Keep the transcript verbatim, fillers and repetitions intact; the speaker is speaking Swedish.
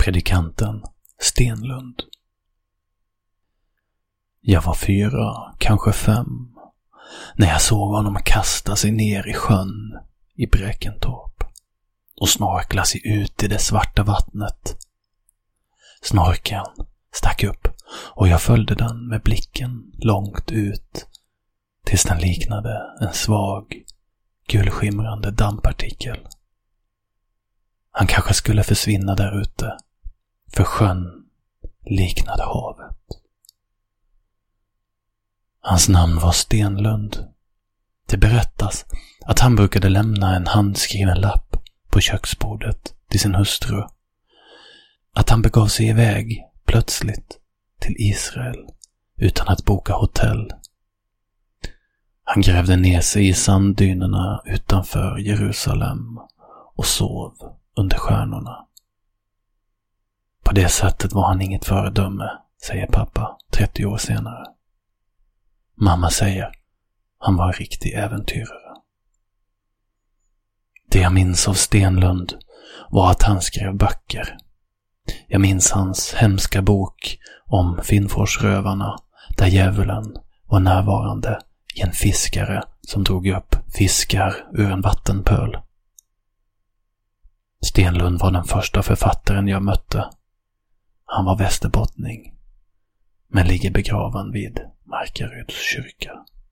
Predikanten Stenlund. Jag var fyra, kanske fem, när jag såg honom kasta sig ner i sjön i Bräkentorp och snorkla sig ut i det svarta vattnet. Snorkeln stack upp och jag följde den med blicken långt ut tills den liknade en svag, gulskimrande dammpartikel. Han kanske skulle försvinna där ute, för sjön liknade havet. Hans namn var Stenlund. Det berättas att han brukade lämna en handskriven lapp på köksbordet till sin hustru. Att han begav sig iväg plötsligt till Israel utan att boka hotell. Han grävde ner sig i sanddynerna utanför Jerusalem och sov under stjärnorna. På det sättet var han inget föredöme, säger pappa trettio år senare. Mamma säger han var en riktig äventyrare. Det jag minns av Stenlund var att han skrev böcker. Jag minns hans hemska bok om Finnforsrövarna, där djävulen var närvarande i en fiskare som drog upp fiskar ur en vattenpöl. Stenlund var den första författaren jag mötte. Han var västerbottning, men ligger begraven vid Markaryds kyrka.